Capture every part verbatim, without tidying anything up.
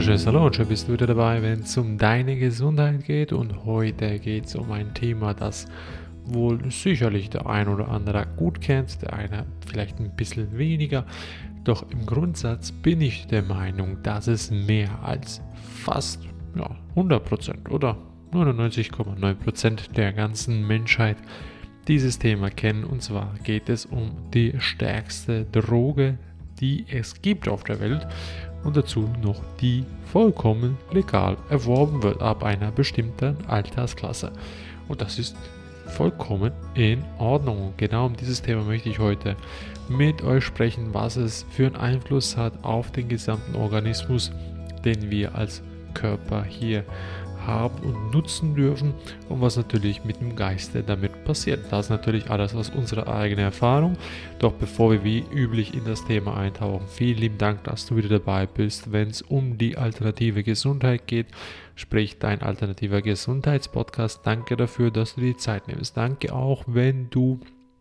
wunderschönes Hallo und schön bist du wieder dabei, wenn es um deine Gesundheit geht. Und heute geht es um ein Thema, das wohl sicherlich der ein oder andere gut kennt, der eine vielleicht ein bisschen weniger. Doch im Grundsatz bin ich der Meinung, dass es mehr als fast ja, hundert Prozent oder neunundneunzig Komma neun Prozent der ganzen Menschheit dieses Thema kennen. Und zwar geht es um die stärkste Droge, die es gibt auf der Welt. Und dazu noch die vollkommen legal erworben wird ab einer bestimmten Altersklasse. Und das ist vollkommen in Ordnung. Und genau um dieses Thema möchte ich heute mit euch sprechen, was es für einen Einfluss hat auf den gesamten Organismus, den wir als Körper hier haben und nutzen dürfen und was natürlich mit dem Geiste damit passiert. Das ist natürlich alles aus unserer eigenen Erfahrung. Doch bevor wir wie üblich in das Thema eintauchen, vielen lieben Dank, dass du wieder dabei bist, wenn es um die alternative Gesundheit geht, sprich dein alternativer Gesundheitspodcast. Danke dafür, dass du die Zeit nimmst. Danke auch, wenn du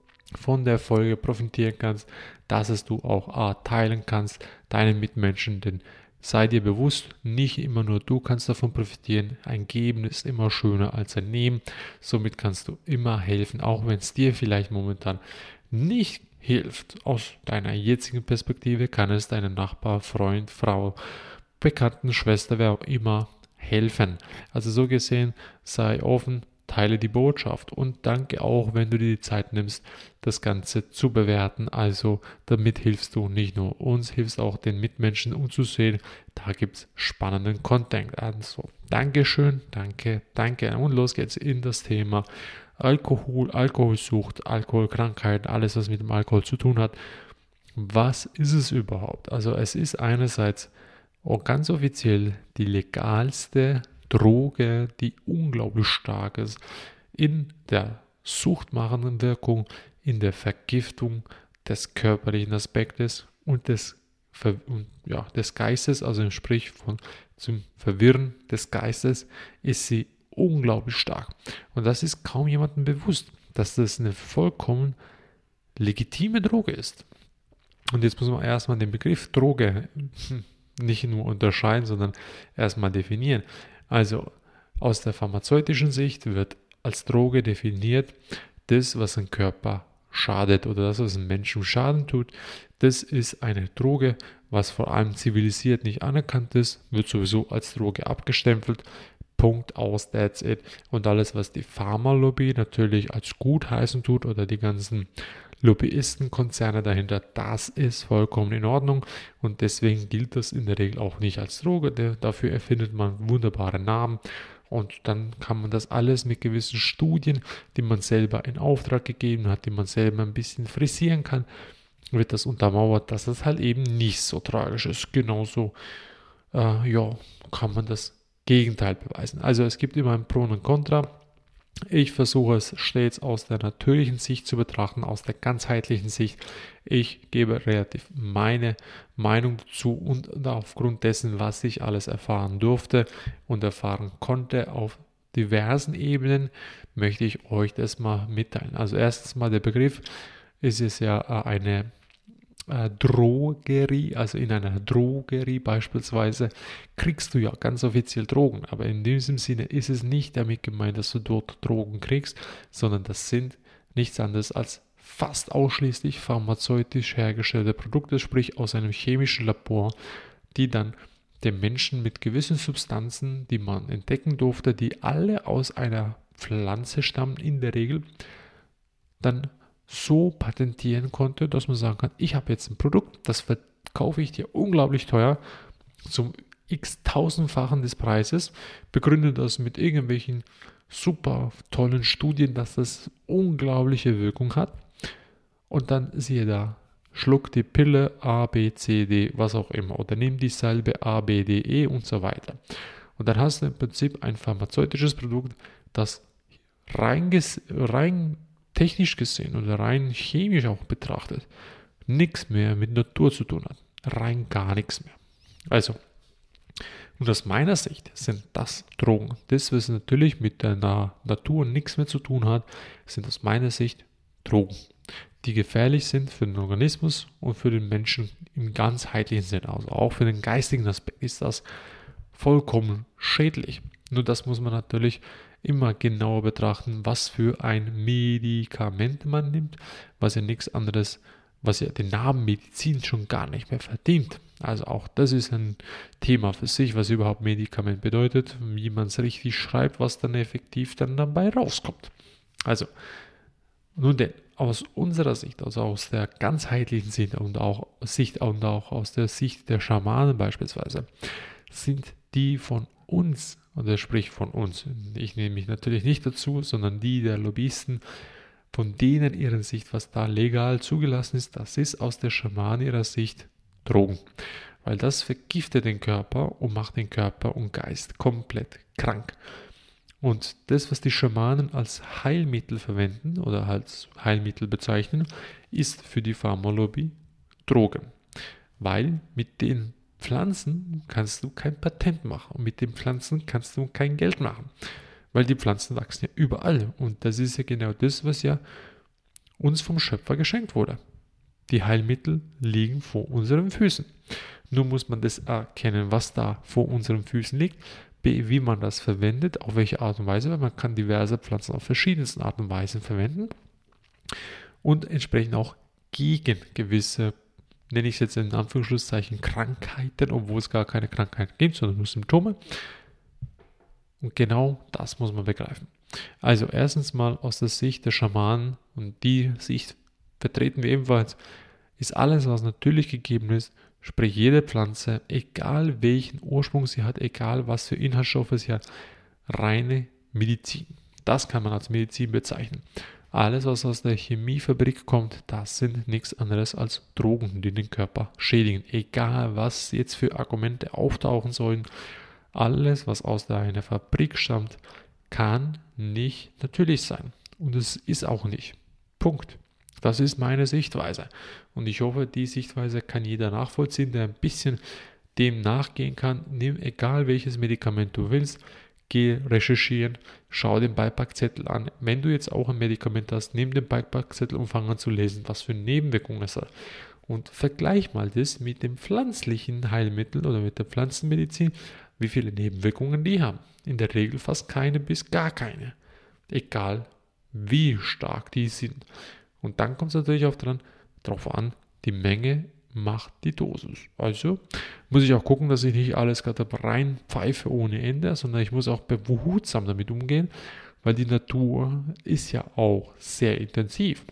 von der Folge profitieren kannst, dass es du auch A, teilen kannst, deinen Mitmenschen, denn sei dir bewusst, nicht immer nur du kannst davon profitieren. Ein Geben ist immer schöner als ein Nehmen. Somit kannst du immer helfen, auch wenn es dir vielleicht momentan nicht hilft. Aus deiner jetzigen Perspektive kann es deinem Nachbar, Freund, Frau, Bekannten, Schwester, wer auch immer helfen. Also so gesehen, sei offen, teile die Botschaft und danke auch, wenn du dir die Zeit nimmst, das Ganze zu bewerten. Also damit hilfst du nicht nur uns, hilfst auch den Mitmenschen, um zu sehen, da gibt es spannenden Content. Also Dankeschön, danke, danke. Und los geht's in das Thema Alkohol, Alkoholsucht, Alkoholkrankheiten, alles was mit dem Alkohol zu tun hat. Was ist es überhaupt? Also es ist einerseits auch ganz offiziell die legalste Droge, die unglaublich stark ist in der suchtmachenden Wirkung, in der Vergiftung des körperlichen Aspektes und des, Ver- und, ja, des Geistes, also sprich von zum Verwirren des Geistes, ist sie unglaublich stark. Und das ist kaum jemandem bewusst, dass das eine vollkommen legitime Droge ist. Und jetzt muss man erstmal den Begriff Droge nicht nur unterscheiden, sondern erstmal definieren. Also aus der pharmazeutischen Sicht wird als Droge definiert, das, was ein Körper schadet oder das, was einem Menschen Schaden tut, das ist eine Droge, was vor allem zivilisiert nicht anerkannt ist, wird sowieso als Droge abgestempelt. Punkt, aus, that's it. Und alles, was die Pharmalobby natürlich als gut heißen tut oder die ganzen Lobbyistenkonzerne dahinter, das ist vollkommen in Ordnung und deswegen gilt das in der Regel auch nicht als Droge. Dafür erfindet man wunderbare Namen und dann kann man das alles mit gewissen Studien, die man selber in Auftrag gegeben hat, die man selber ein bisschen frisieren kann, wird das untermauert, dass das halt eben nicht so tragisch ist. Genauso äh, ja, kann man das Gegenteil beweisen. Also es gibt immer ein Pro und ein Contra. Ich versuche es stets aus der natürlichen Sicht zu betrachten, aus der ganzheitlichen Sicht. Ich gebe relativ meine Meinung dazu und aufgrund dessen, was ich alles erfahren durfte und erfahren konnte auf diversen Ebenen, möchte ich euch das mal mitteilen. Also erstens mal der Begriff, ist es ja eine äh, Drogerie, also in einer Drogerie beispielsweise kriegst du ja ganz offiziell Drogen, aber in diesem Sinne ist es nicht damit gemeint, dass du dort Drogen kriegst, sondern das sind nichts anderes als fast ausschließlich pharmazeutisch hergestellte Produkte, sprich aus einem chemischen Labor, die dann den Menschen mit gewissen Substanzen, die man entdecken durfte, die alle aus einer Pflanze stammen in der Regel, dann so patentieren konnte, dass man sagen kann, ich habe jetzt ein Produkt, das verkaufe ich dir unglaublich teuer zum x-tausendfachen des Preises, begründe das mit irgendwelchen super tollen Studien, dass das unglaubliche Wirkung hat und dann siehe da, schluck die Pille A, B, C, D, was auch immer oder nimm die Salbe A, B, D, E und so weiter. Und dann hast du im Prinzip ein pharmazeutisches Produkt, das rein, rein technisch gesehen oder rein chemisch auch betrachtet nichts mehr mit Natur zu tun hat. Rein gar nichts mehr. Also, und aus meiner Sicht sind das Drogen. Das, was natürlich mit der Natur nichts mehr zu tun hat, sind aus meiner Sicht Drogen, die gefährlich sind für den Organismus und für den Menschen im ganzheitlichen Sinne. Also auch für den geistigen Aspekt ist das vollkommen schädlich. Nur das muss man natürlich immer genauer betrachten, was für ein Medikament man nimmt, was ja nichts anderes, was ja den Namen Medizin schon gar nicht mehr verdient. Also auch das ist ein Thema für sich, was überhaupt Medikament bedeutet, wie man es richtig schreibt, was dann effektiv dann dabei rauskommt. Also, nun denn, aus unserer Sicht, also aus der ganzheitlichen Sicht und auch Sicht und auch aus der Sicht der Schamanen beispielsweise, sind die von uns, oder sprich von uns, ich nehme mich natürlich nicht dazu, sondern die der Lobbyisten, von denen ihrer Sicht, was da legal zugelassen ist, das ist aus der Schamanen ihrer Sicht Drogen. Weil das vergiftet den Körper und macht den Körper und Geist komplett krank. Und das, was die Schamanen als Heilmittel verwenden oder als Heilmittel bezeichnen, ist für die Pharmalobby Drogen. Weil mit den Pflanzen kannst du kein Patent machen und mit den Pflanzen kannst du kein Geld machen. Weil die Pflanzen wachsen ja überall und das ist ja genau das, was ja uns vom Schöpfer geschenkt wurde. Die Heilmittel liegen vor unseren Füßen. Nur muss man das erkennen, was da vor unseren Füßen liegt, wie man das verwendet, auf welche Art und Weise, weil man kann diverse Pflanzen auf verschiedensten Art und Weisen verwenden und entsprechend auch gegen gewisse, nenne ich es jetzt in Anführungszeichen, Krankheiten, obwohl es gar keine Krankheiten gibt, sondern nur Symptome. Und genau das muss man begreifen. Also erstens mal aus der Sicht der Schamanen, und die Sicht vertreten wir ebenfalls, ist alles, was natürlich gegeben ist, sprich jede Pflanze, egal welchen Ursprung sie hat, egal was für Inhaltsstoffe sie hat, reine Medizin. Das kann man als Medizin bezeichnen. Alles, was aus der Chemiefabrik kommt, das sind nichts anderes als Drogen, die den Körper schädigen. Egal, was jetzt für Argumente auftauchen sollen, alles, was aus einer Fabrik stammt, kann nicht natürlich sein. Und es ist auch nicht. Punkt. Das ist meine Sichtweise. Und ich hoffe, die Sichtweise kann jeder nachvollziehen, der ein bisschen dem nachgehen kann. Nimm egal welches Medikament du willst, geh recherchieren, schau den Beipackzettel an. Wenn du jetzt auch ein Medikament hast, nimm den Beipackzettel und fang an zu lesen, was für Nebenwirkungen es hat. Und vergleich mal das mit dem pflanzlichen Heilmittel oder mit der Pflanzenmedizin, wie viele Nebenwirkungen die haben. In der Regel fast keine bis gar keine. Egal wie stark die sind. Und dann kommt es natürlich auch dran, darauf an, die Menge macht die Dosis. Also muss ich auch gucken, dass ich nicht alles gerade rein pfeife ohne Ende, sondern ich muss auch behutsam damit umgehen, weil die Natur ist ja auch sehr intensiv.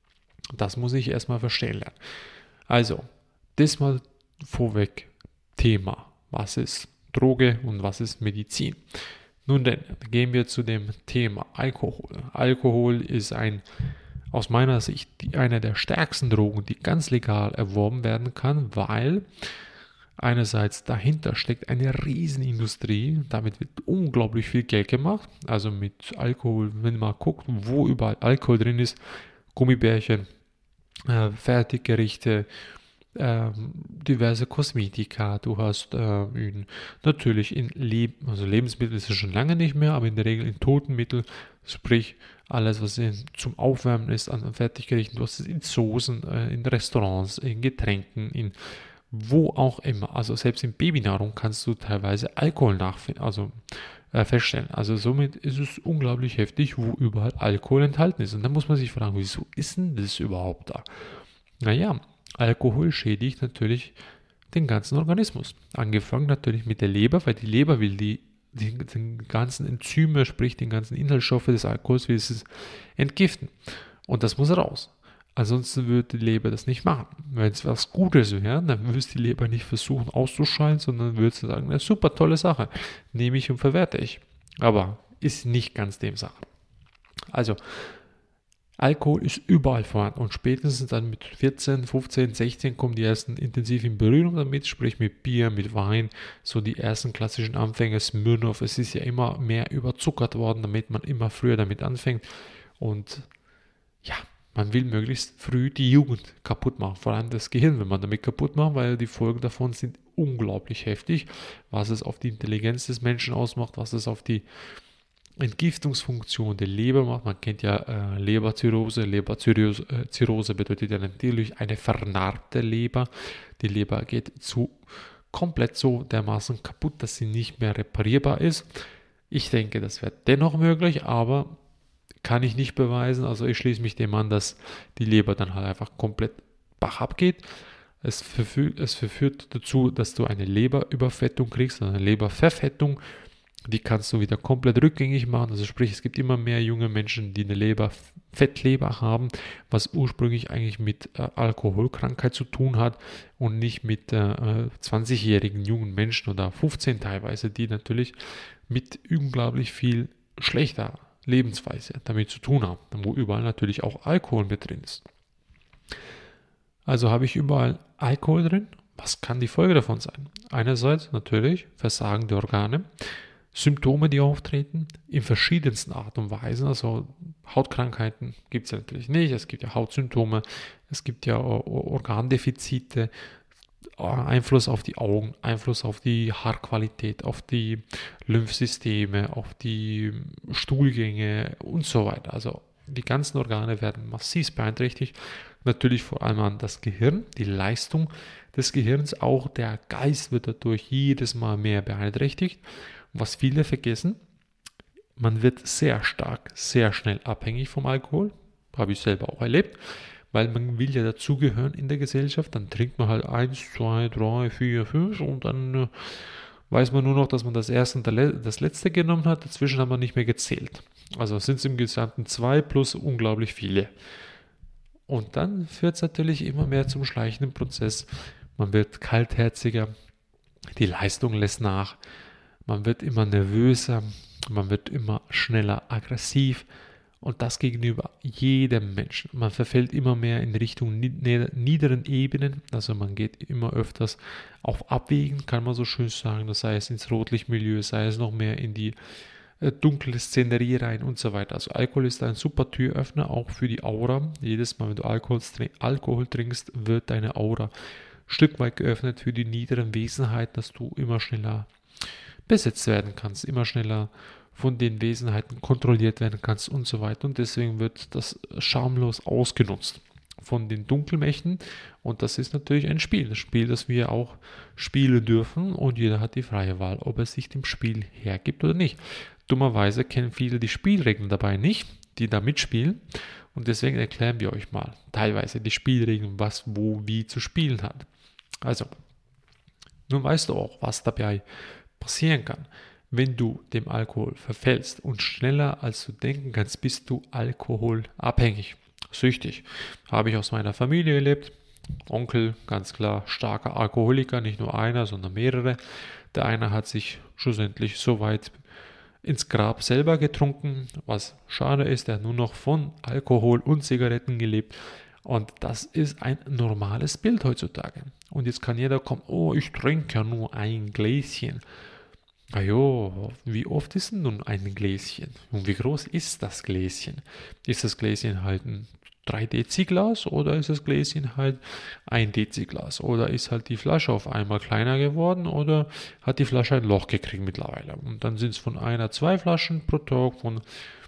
Das muss ich erstmal verstehen lernen. Also, das mal vorweg Thema. Was ist Droge und was ist Medizin? Nun denn, gehen wir zu dem Thema Alkohol. Alkohol ist ein aus meiner Sicht einer der stärksten Drogen, die ganz legal erworben werden kann, weil einerseits dahinter steckt eine Riesenindustrie, damit wird unglaublich viel Geld gemacht, also mit Alkohol, wenn man guckt, wo überall Alkohol drin ist, Gummibärchen, äh, Fertiggerichte, äh, diverse Kosmetika, du hast äh, in, natürlich in Leb- also Lebensmittel ist es schon lange nicht mehr, aber in der Regel in Totenmittel, sprich alles, was in, zum Aufwärmen ist an Fertiggerichten, du hast es in Soßen, äh, in Restaurants, in Getränken, in wo auch immer. Also selbst in Babynahrung kannst du teilweise Alkohol nachfinden, also äh, feststellen. Also somit ist es unglaublich heftig, wo überall Alkohol enthalten ist. Und dann muss man sich fragen, wieso ist denn das überhaupt da? Naja, Alkohol schädigt natürlich den ganzen Organismus. Angefangen natürlich mit der Leber, weil die Leber will die Die, die ganzen Enzyme, sprich den ganzen Inhaltsstoffe des Alkohols, will es entgiften. Und das muss raus. Ansonsten würde die Leber das nicht machen. Wenn es was Gutes wäre, dann würde die Leber nicht versuchen auszuscheiden, sondern würde sie sagen, eine super tolle Sache, nehme ich und verwerte ich. Aber ist nicht ganz dem Sache. Also, Alkohol ist überall vorhanden und spätestens dann mit vierzehn, fünfzehn, sechzehn kommen die ersten intensiv in Berührung damit, sprich mit Bier, mit Wein, so die ersten klassischen Anfänge, Smirnoff, es ist ja immer mehr überzuckert worden, damit man immer früher damit anfängt und ja, man will möglichst früh die Jugend kaputt machen, vor allem das Gehirn will man damit kaputt machen, weil die Folgen davon sind unglaublich heftig, was es auf die Intelligenz des Menschen ausmacht, was es auf die Entgiftungsfunktion der Leber macht. Man kennt ja äh, Leberzirrhose. Leberzirrhose äh, Zirrhose bedeutet ja natürlich eine vernarbte Leber. Die Leber geht zu komplett so dermaßen kaputt, dass sie nicht mehr reparierbar ist. Ich denke, das wäre dennoch möglich, aber kann ich nicht beweisen. Also ich schließe mich dem an, dass die Leber dann halt einfach komplett bach abgeht. Es, verfü- es verführt dazu, dass du eine Leberüberfettung kriegst, eine Leberverfettung. Die kannst du wieder komplett rückgängig machen. Also sprich, es gibt immer mehr junge Menschen, die eine Leber, Fettleber haben, was ursprünglich eigentlich mit äh, Alkoholkrankheit zu tun hat und nicht mit äh, zwanzigjährigen jungen Menschen oder fünfzehn teilweise, die natürlich mit unglaublich viel schlechter Lebensweise damit zu tun haben, wo überall natürlich auch Alkohol mit drin ist. Also habe ich überall Alkohol drin. Was kann die Folge davon sein? Einerseits natürlich versagende Organe, Symptome, die auftreten, in verschiedensten Art und Weisen. Also Hautkrankheiten gibt es ja natürlich nicht. Es gibt ja Hautsymptome, es gibt ja Organdefizite, Einfluss auf die Augen, Einfluss auf die Haarqualität, auf die Lymphsysteme, auf die Stuhlgänge und so weiter. Also die ganzen Organe werden massiv beeinträchtigt. Natürlich vor allem an das Gehirn, die Leistung des Gehirns, auch der Geist wird dadurch jedes Mal mehr beeinträchtigt. Was viele vergessen, man wird sehr stark, sehr schnell abhängig vom Alkohol, habe ich selber auch erlebt, weil man will ja dazugehören in der Gesellschaft, dann trinkt man halt eins, zwei, drei, vier, fünf und dann äh, weiß man nur noch, dass man das erste und das letzte genommen hat, dazwischen haben wir nicht mehr gezählt. Also sind es im Gesamten zwei plus unglaublich viele. Und dann führt es natürlich immer mehr zum schleichenden Prozess, man wird kaltherziger, die Leistung lässt nach, man wird immer nervöser, man wird immer schneller aggressiv und das gegenüber jedem Menschen. Man verfällt immer mehr in Richtung niederen Ebenen, also man geht immer öfters auf Abwägen, kann man so schön sagen, das sei es ins Rotlichtmilieu, sei es noch mehr in die äh, dunkle Szenerie rein und so weiter. Also Alkohol ist ein super Türöffner, auch für die Aura. Jedes Mal, wenn du Alkohol, Alkohol trinkst, wird deine Aura ein Stück weit geöffnet für die niederen Wesenheiten, dass du immer schneller besetzt werden kannst, immer schneller von den Wesenheiten kontrolliert werden kannst und so weiter. Und deswegen wird das schamlos ausgenutzt von den Dunkelmächten. Und das ist natürlich ein Spiel. Das Spiel, das wir auch spielen dürfen. Und jeder hat die freie Wahl, ob er sich dem Spiel hergibt oder nicht. Dummerweise kennen viele die Spielregeln dabei nicht, die da mitspielen. Und deswegen erklären wir euch mal teilweise die Spielregeln, was wo wie zu spielen hat. Also, nun weißt du auch, was dabei passieren kann. Wenn du dem Alkohol verfällst und schneller als du denken kannst, bist du alkoholabhängig, süchtig. Habe ich aus meiner Familie erlebt. Onkel, ganz klar, starker Alkoholiker, nicht nur einer, sondern mehrere. Der eine hat sich schlussendlich so weit ins Grab selber getrunken, was schade ist, der hat nur noch von Alkohol und Zigaretten gelebt. Und das ist ein normales Bild heutzutage. Und jetzt kann jeder kommen, oh, ich trinke ja nur ein Gläschen. Na jo, wie oft ist denn nun ein Gläschen? Und wie groß ist das Gläschen? Ist das Gläschen halt ein drei Deziglas oder ist das Gläschen halt ein Deziglas? Oder ist halt die Flasche auf einmal kleiner geworden oder hat die Flasche ein Loch gekriegt mittlerweile? Und dann sind es von einer, zwei Flaschen pro Tag, von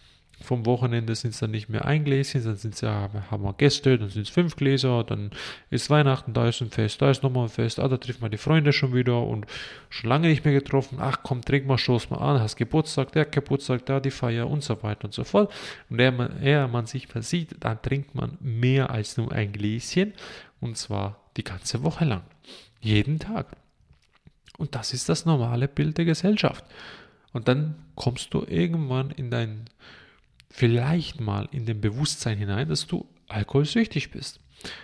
Vom Wochenende sind es dann nicht mehr ein Gläschen, dann sind's ja, haben wir Gäste, dann sind es fünf Gläser, dann ist Weihnachten, da ist ein Fest, da ist nochmal ein Fest, ah, da trifft man die Freunde schon wieder und schon lange nicht mehr getroffen, ach komm, trink mal, stoß mal an, hast Geburtstag, der Geburtstag, da die Feier und so weiter und so fort. Und eher man, eher man sich versieht, dann trinkt man mehr als nur ein Gläschen und zwar die ganze Woche lang, jeden Tag. Und das ist das normale Bild der Gesellschaft. Und dann kommst du irgendwann in dein vielleicht mal in dem Bewusstsein hinein, dass du alkoholsüchtig bist.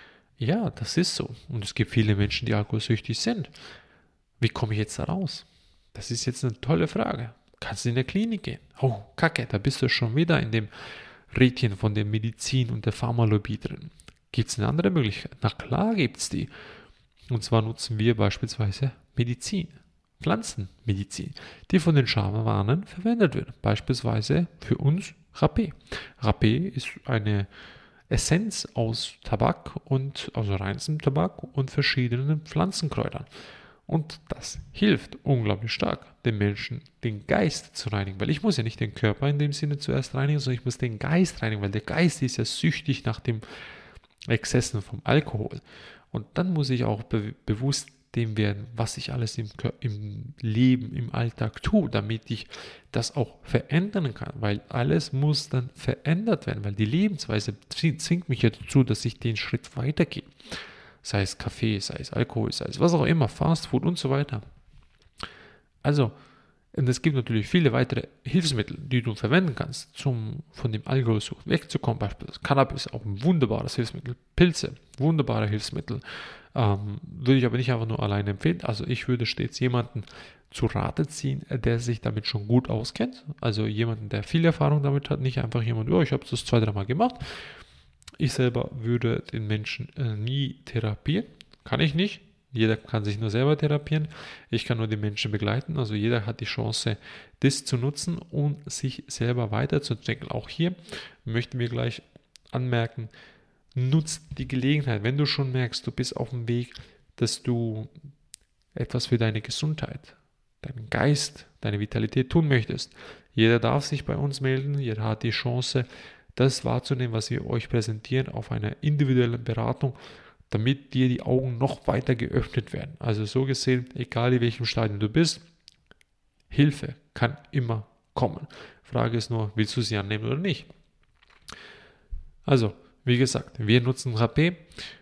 Ja, das ist so. Und es gibt viele Menschen, die alkoholsüchtig sind. Wie komme ich jetzt da raus? Das ist jetzt eine tolle Frage. Kannst du in der Klinik gehen? Oh, Kacke, da bist du schon wieder in dem Rädchen von der Medizin und der Pharmalobby drin. Gibt es eine andere Möglichkeit? Na klar gibt es die. Und zwar nutzen wir beispielsweise Medizin. Pflanzenmedizin, die von den Schamanen verwendet wird. Beispielsweise für uns Rapé. Rapé ist eine Essenz aus Tabak und also reinstem Tabak und verschiedenen Pflanzenkräutern. Und das hilft unglaublich stark, den Menschen den Geist zu reinigen. Weil ich muss ja nicht den Körper in dem Sinne zuerst reinigen, sondern ich muss den Geist reinigen, weil der Geist ist ja süchtig nach dem Exzessen vom Alkohol. Und dann muss ich auch be- bewusst dem werden, was ich alles im, im Leben, im Alltag tue, damit ich das auch verändern kann, weil alles muss dann verändert werden, weil die Lebensweise zwingt mich ja dazu, dass ich den Schritt weitergehe. Sei es Kaffee, sei es Alkohol, sei es was auch immer, Fastfood und so weiter. Also, und es gibt natürlich viele weitere Hilfsmittel, die du verwenden kannst, um von dem Alkoholsucht wegzukommen. Beispielsweise Cannabis, auch ein wunderbares Hilfsmittel. Pilze, wunderbare Hilfsmittel. Ähm, würde ich aber nicht einfach nur alleine empfehlen. Also ich würde stets jemanden zu Rate ziehen, der sich damit schon gut auskennt. Also jemanden, der viel Erfahrung damit hat. Nicht einfach jemand, oh, ich habe das zwei, dreimal gemacht. Ich selber würde den Menschen äh, nie therapieren. Kann ich nicht. Jeder kann sich nur selber therapieren. Ich kann nur die Menschen begleiten. Also jeder hat die Chance, das zu nutzen und sich selber weiterzuentwickeln. Auch hier möchten wir gleich anmerken, nutzt die Gelegenheit. Wenn du schon merkst, du bist auf dem Weg, dass du etwas für deine Gesundheit, deinen Geist, deine Vitalität tun möchtest. Jeder darf sich bei uns melden. Jeder hat die Chance, das wahrzunehmen, was wir euch präsentieren, auf einer individuellen Beratung, damit dir die Augen noch weiter geöffnet werden. Also so gesehen, egal in welchem Stadium du bist, Hilfe kann immer kommen. Frage ist nur, willst du sie annehmen oder nicht? Also, wie gesagt, wir nutzen H P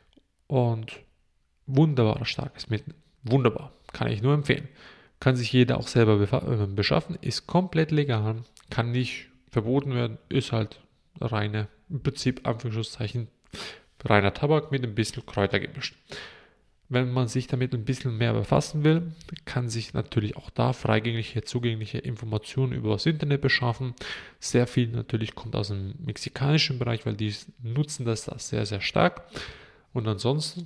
und wunderbar starkes Mittel. Wunderbar, kann ich nur empfehlen. Kann sich jeder auch selber beschaffen, ist komplett legal, kann nicht verboten werden, ist halt reine, im Prinzip Anführungszeichen, reiner Tabak mit ein bisschen Kräuter gemischt. Wenn man sich damit ein bisschen mehr befassen will, kann sich natürlich auch da freigängliche, zugängliche Informationen über das Internet beschaffen. Sehr viel natürlich kommt aus dem mexikanischen Bereich, weil die nutzen das da sehr, sehr stark. Und ansonsten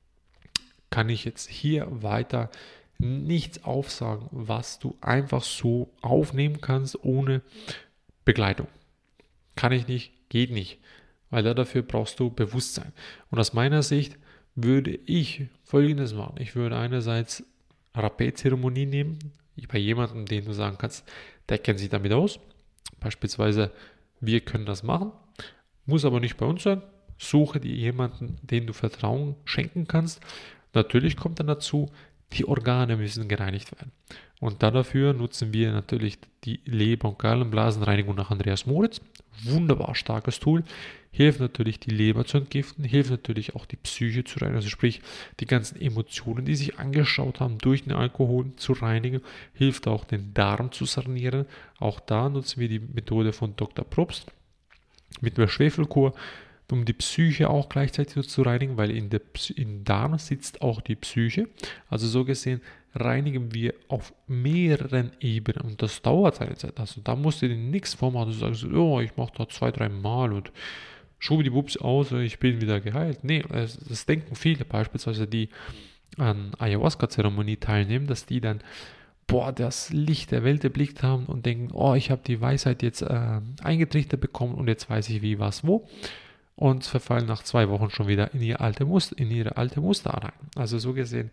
kann ich jetzt hier weiter nichts aufsagen, was du einfach so aufnehmen kannst ohne Begleitung. Kann ich nicht, geht nicht. Weil dafür brauchst du Bewusstsein. Und aus meiner Sicht würde ich Folgendes machen. Ich würde einerseits Rapé-Zeremonie nehmen, bei jemandem, den du sagen kannst, der kennt sich damit aus. Beispielsweise, wir können das machen, muss aber nicht bei uns sein. Suche dir jemanden, den du Vertrauen schenken kannst. Natürlich kommt dann dazu, die Organe müssen gereinigt werden. Und dafür nutzen wir natürlich die Leber- und Gallenblasenreinigung nach Andreas Moritz. Wunderbar starkes Tool. Hilft natürlich die Leber zu entgiften, hilft natürlich auch die Psyche zu reinigen, also sprich die ganzen Emotionen, die sich angeschaut haben, durch den Alkohol zu reinigen, hilft auch den Darm zu sanieren. Auch da nutzen wir die Methode von Doktor Probst mit der Schwefelkur, um die Psyche auch gleichzeitig zu reinigen, weil in der im Darm sitzt auch die Psyche. Also so gesehen reinigen wir auf mehreren Ebenen und das dauert seine Zeit. Also da musst du dir nichts vormachen. Du sagst, oh, ich mache da zwei, drei Mal und schube die Bubs aus und ich bin wieder geheilt. Nee, das, das denken viele, beispielsweise die an Ayahuasca-Zeremonie teilnehmen, dass die dann boah, das Licht der Welt erblickt haben und denken, oh, ich habe die Weisheit jetzt äh, eingetrichtert bekommen und jetzt weiß ich wie, was, wo. Und verfallen nach zwei Wochen schon wieder in, ihr alte Muster, in ihre alte Muster rein. Also so gesehen,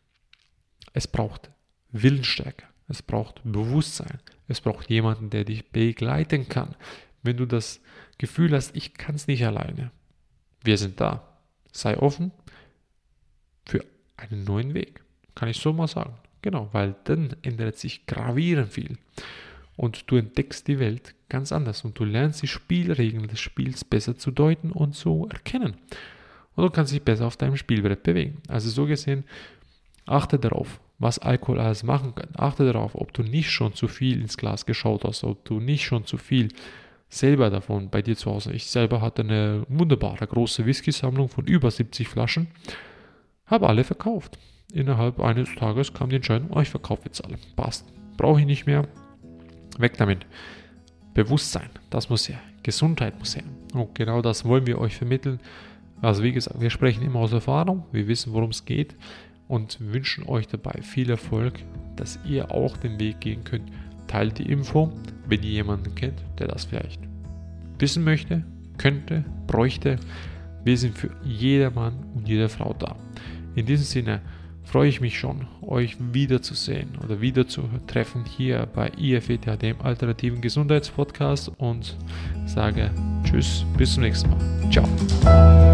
es braucht Willensstärke, es braucht Bewusstsein, es braucht jemanden, der dich begleiten kann. Wenn du das Gefühl hast, ich kann es nicht alleine, wir sind da. Sei offen für einen neuen Weg, kann ich so mal sagen. Genau, weil dann ändert sich gravierend viel. Und du entdeckst die Welt ganz anders und du lernst die Spielregeln des Spiels besser zu deuten und zu erkennen. Und du kannst dich besser auf deinem Spielbrett bewegen. Also so gesehen, achte darauf, was Alkohol alles machen kann. Achte darauf, ob du nicht schon zu viel ins Glas geschaut hast, ob du nicht schon zu viel selber davon bei dir zu Hause. Ich selber hatte eine wunderbare große Whisky-Sammlung von über siebzig Flaschen, habe alle verkauft. Innerhalb eines Tages kam die Entscheidung, oh, ich verkaufe jetzt alle. Passt, brauche ich nicht mehr. Weg damit. Bewusstsein, das muss her. Gesundheit muss her. Und genau das wollen wir euch vermitteln. Also wie gesagt, wir sprechen immer aus Erfahrung, wir wissen, worum es geht und wünschen euch dabei viel Erfolg, dass ihr auch den Weg gehen könnt. Teilt die Info, wenn ihr jemanden kennt, der das vielleicht wissen möchte, könnte, bräuchte. Wir sind für jedermann und jede Frau da. In diesem Sinne freue ich mich schon, euch wiederzusehen oder wieder zu treffen hier bei I F E T H, dem alternativen Gesundheitspodcast, und sage Tschüss, bis zum nächsten Mal. Ciao.